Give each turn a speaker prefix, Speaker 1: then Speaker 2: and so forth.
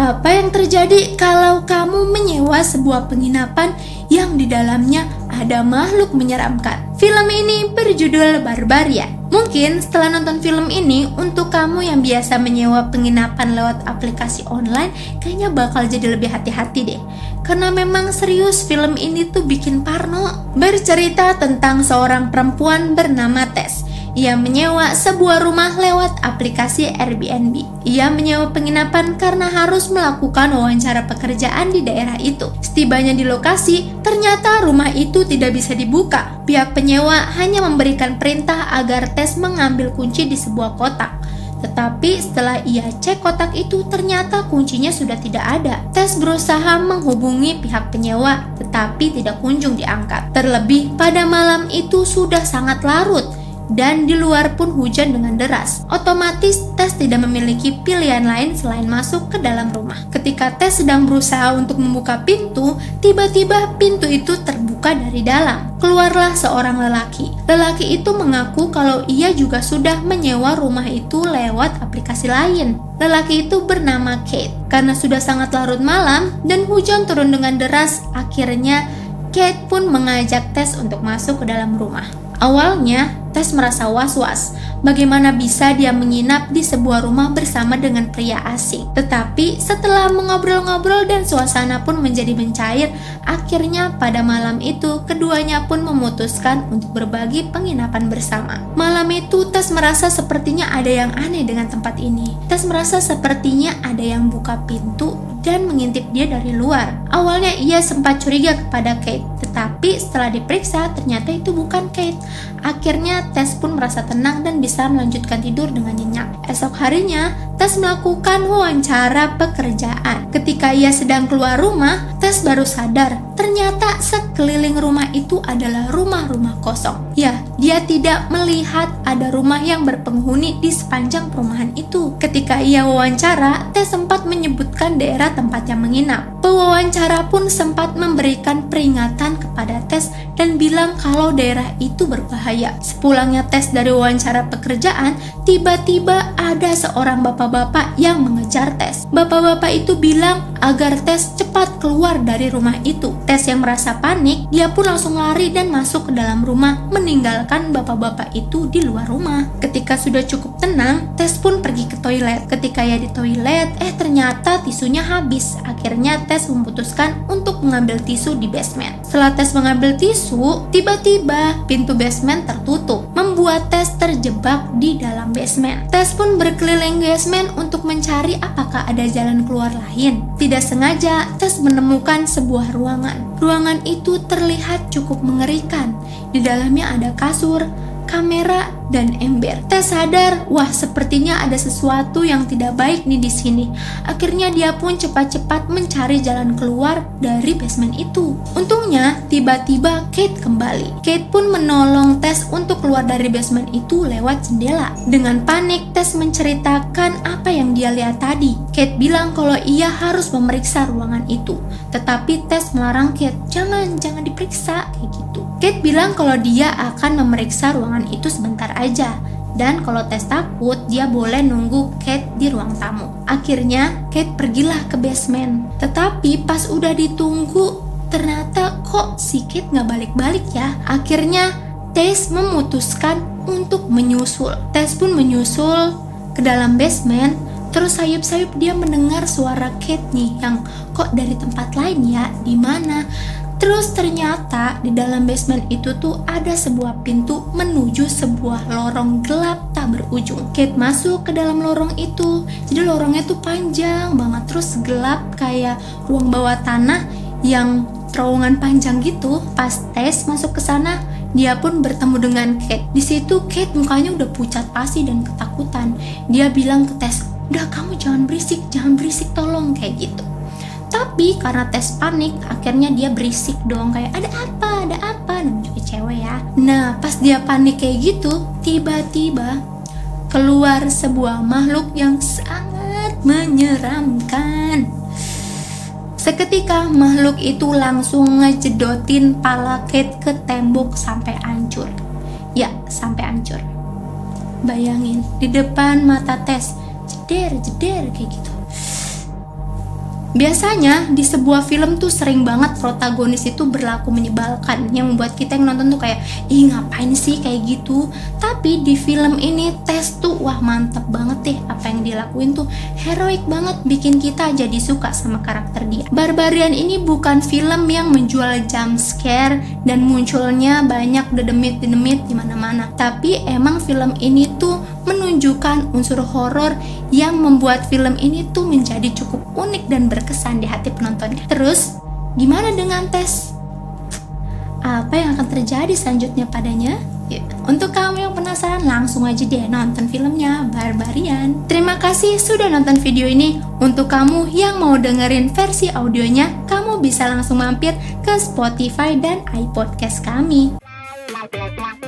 Speaker 1: Apa yang terjadi kalau kamu menyewa sebuah penginapan yang di dalamnya ada makhluk menyeramkan? Film ini berjudul Barbarian. Mungkin setelah nonton film ini, untuk kamu yang biasa menyewa penginapan lewat aplikasi online, kayaknya bakal jadi lebih hati-hati deh. Karena memang serius film ini tuh bikin parno. Bercerita tentang seorang perempuan bernama Tess. Ia menyewa sebuah rumah lewat aplikasi Airbnb. Ia menyewa penginapan karena harus melakukan wawancara pekerjaan di daerah itu. Setibanya di lokasi, ternyata rumah itu tidak bisa dibuka. Pihak penyewa hanya memberikan perintah agar Tess mengambil kunci di sebuah kotak. Tetapi setelah ia cek kotak itu, ternyata kuncinya sudah tidak ada. Tess berusaha menghubungi pihak penyewa, tetapi tidak kunjung diangkat. Terlebih pada malam itu sudah sangat larut, dan di luar pun hujan dengan deras. Otomatis Tess tidak memiliki pilihan lain selain masuk ke dalam rumah. Ketika Tess sedang berusaha untuk membuka pintu, tiba-tiba pintu itu terbuka dari dalam. Keluarlah seorang lelaki. Lelaki itu mengaku kalau ia juga sudah menyewa rumah itu lewat aplikasi lain. Lelaki itu bernama Kate. Karena sudah sangat larut malam dan hujan turun dengan deras, akhirnya Kate pun mengajak Tess untuk masuk ke dalam rumah. Awalnya, Tess merasa was-was. Bagaimana bisa dia menginap di sebuah rumah bersama dengan pria asing? Tetapi setelah mengobrol-ngobrol dan suasana pun menjadi mencair, akhirnya pada malam itu keduanya pun memutuskan untuk berbagi penginapan bersama. Malam itu Tess merasa sepertinya ada yang aneh dengan tempat ini. Tess merasa sepertinya ada yang buka pintu dan mengintip dia dari luar. Awalnya ia sempat curiga kepada Kate, tetapi setelah diperiksa ternyata itu bukan Kate. Akhirnya Tess pun merasa tenang dan bisa melanjutkan tidur dengan nyenyak. Esok harinya, Tess melakukan wawancara pekerjaan. Ketika ia sedang keluar rumah, Tess baru sadar ternyata sekeliling rumah itu adalah rumah-rumah kosong. Ya, dia tidak melihat ada rumah yang berpenghuni di sepanjang perumahan itu. Ketika ia wawancara, Tess sempat menyebutkan daerah tempat yang menginap. Pewawancara pun sempat memberikan peringatan kepada Tess dan bilang kalau daerah itu berbahaya. Sepulangnya Tess dari wawancara pekerjaan, tiba-tiba ada seorang bapak-bapak yang mengejar Tess. Bapak-bapak itu bilang agar Tess cepat keluar dari rumah itu. Tess yang merasa panik, dia pun langsung lari dan masuk ke dalam rumah, meninggalkan bapak-bapak itu di luar rumah. Ketika sudah cukup tenang, Tess pun pergi ke toilet. Ketika ia di toilet, ternyata tisunya habis. Akhirnya Tess memutuskan untuk mengambil tisu di basement. Setelah Tess mengambil tisu, tiba-tiba pintu basement tertutup, membuat Tess terjebak di dalam basement. Tess pun berkeliling basement untuk mencari apakah ada jalan keluar lain. Tidak sengaja, Tess menemukan sebuah ruangan. Ruangan itu terlihat cukup mengerikan. Di dalamnya ada kasur, kamera, dan ember. Tess sadar, wah sepertinya ada sesuatu yang tidak baik nih di sini. Akhirnya dia pun cepat-cepat mencari jalan keluar dari basement itu. Untungnya, tiba-tiba Kate kembali. Kate pun menolong Tess untuk keluar dari basement itu lewat jendela. Dengan panik, Tess menceritakan apa yang dia lihat tadi. Kate bilang kalau ia harus memeriksa ruangan itu. Tetapi Tess melarang Kate, jangan diperiksa, kayak gitu. Kate bilang kalau dia akan memeriksa ruangan itu sebentar aja, dan kalau Tess takut, dia boleh nunggu Kate di ruang tamu. Akhirnya, Kate pergilah ke basement. Tetapi pas udah ditunggu, ternyata kok si Kate nggak balik-balik ya. Akhirnya, Tess memutuskan untuk menyusul. Tess pun menyusul ke dalam basement. Terus sayup-sayup dia mendengar suara Kate nih, yang kok dari tempat lain ya, di mana? Terus ternyata di dalam basement itu tuh ada sebuah pintu menuju sebuah lorong gelap tak berujung. Kate masuk ke dalam lorong itu. Jadi lorongnya tuh panjang banget, terus gelap kayak ruang bawah tanah yang terowongan panjang gitu. Pas Tess masuk ke sana, dia pun bertemu dengan Kate. Di situ Kate mukanya udah pucat pasi dan ketakutan. Dia bilang ke Tess, "Udah kamu jangan berisik tolong," kayak gitu. Tapi karena Tess panik, akhirnya dia berisik dong, kayak ada apa, namanya juga cewek ya. Nah, pas dia panik kayak gitu, tiba-tiba keluar sebuah makhluk yang sangat menyeramkan. Seketika makhluk itu langsung ngejedotin pala Kate ke tembok sampai hancur. Ya, sampai hancur. Bayangin, di depan mata Tess, jeder kayak gitu. Biasanya di sebuah film tuh sering banget protagonis itu berlaku menyebalkan, yang membuat kita yang nonton tuh kayak, ih ngapain sih kayak gitu. Tapi di film ini Tess tuh wah mantep banget deh, apa yang dilakuin tuh heroik banget, bikin kita jadi suka sama karakter dia. Barbarian ini bukan film yang menjual jump scare dan munculnya banyak dedemit-dedemit di mana-mana. Tapi emang film ini tuh menunjukkan unsur horor yang membuat film ini tuh menjadi cukup unik dan berkesan di hati penontonnya. Terus, gimana dengan Tess? Apa yang akan terjadi selanjutnya padanya? Untuk kamu yang penasaran, langsung aja deh nonton filmnya Barbarian. Terima kasih sudah nonton video ini. Untuk kamu yang mau dengerin versi audionya, kamu bisa langsung mampir ke Spotify dan iPodcast kami.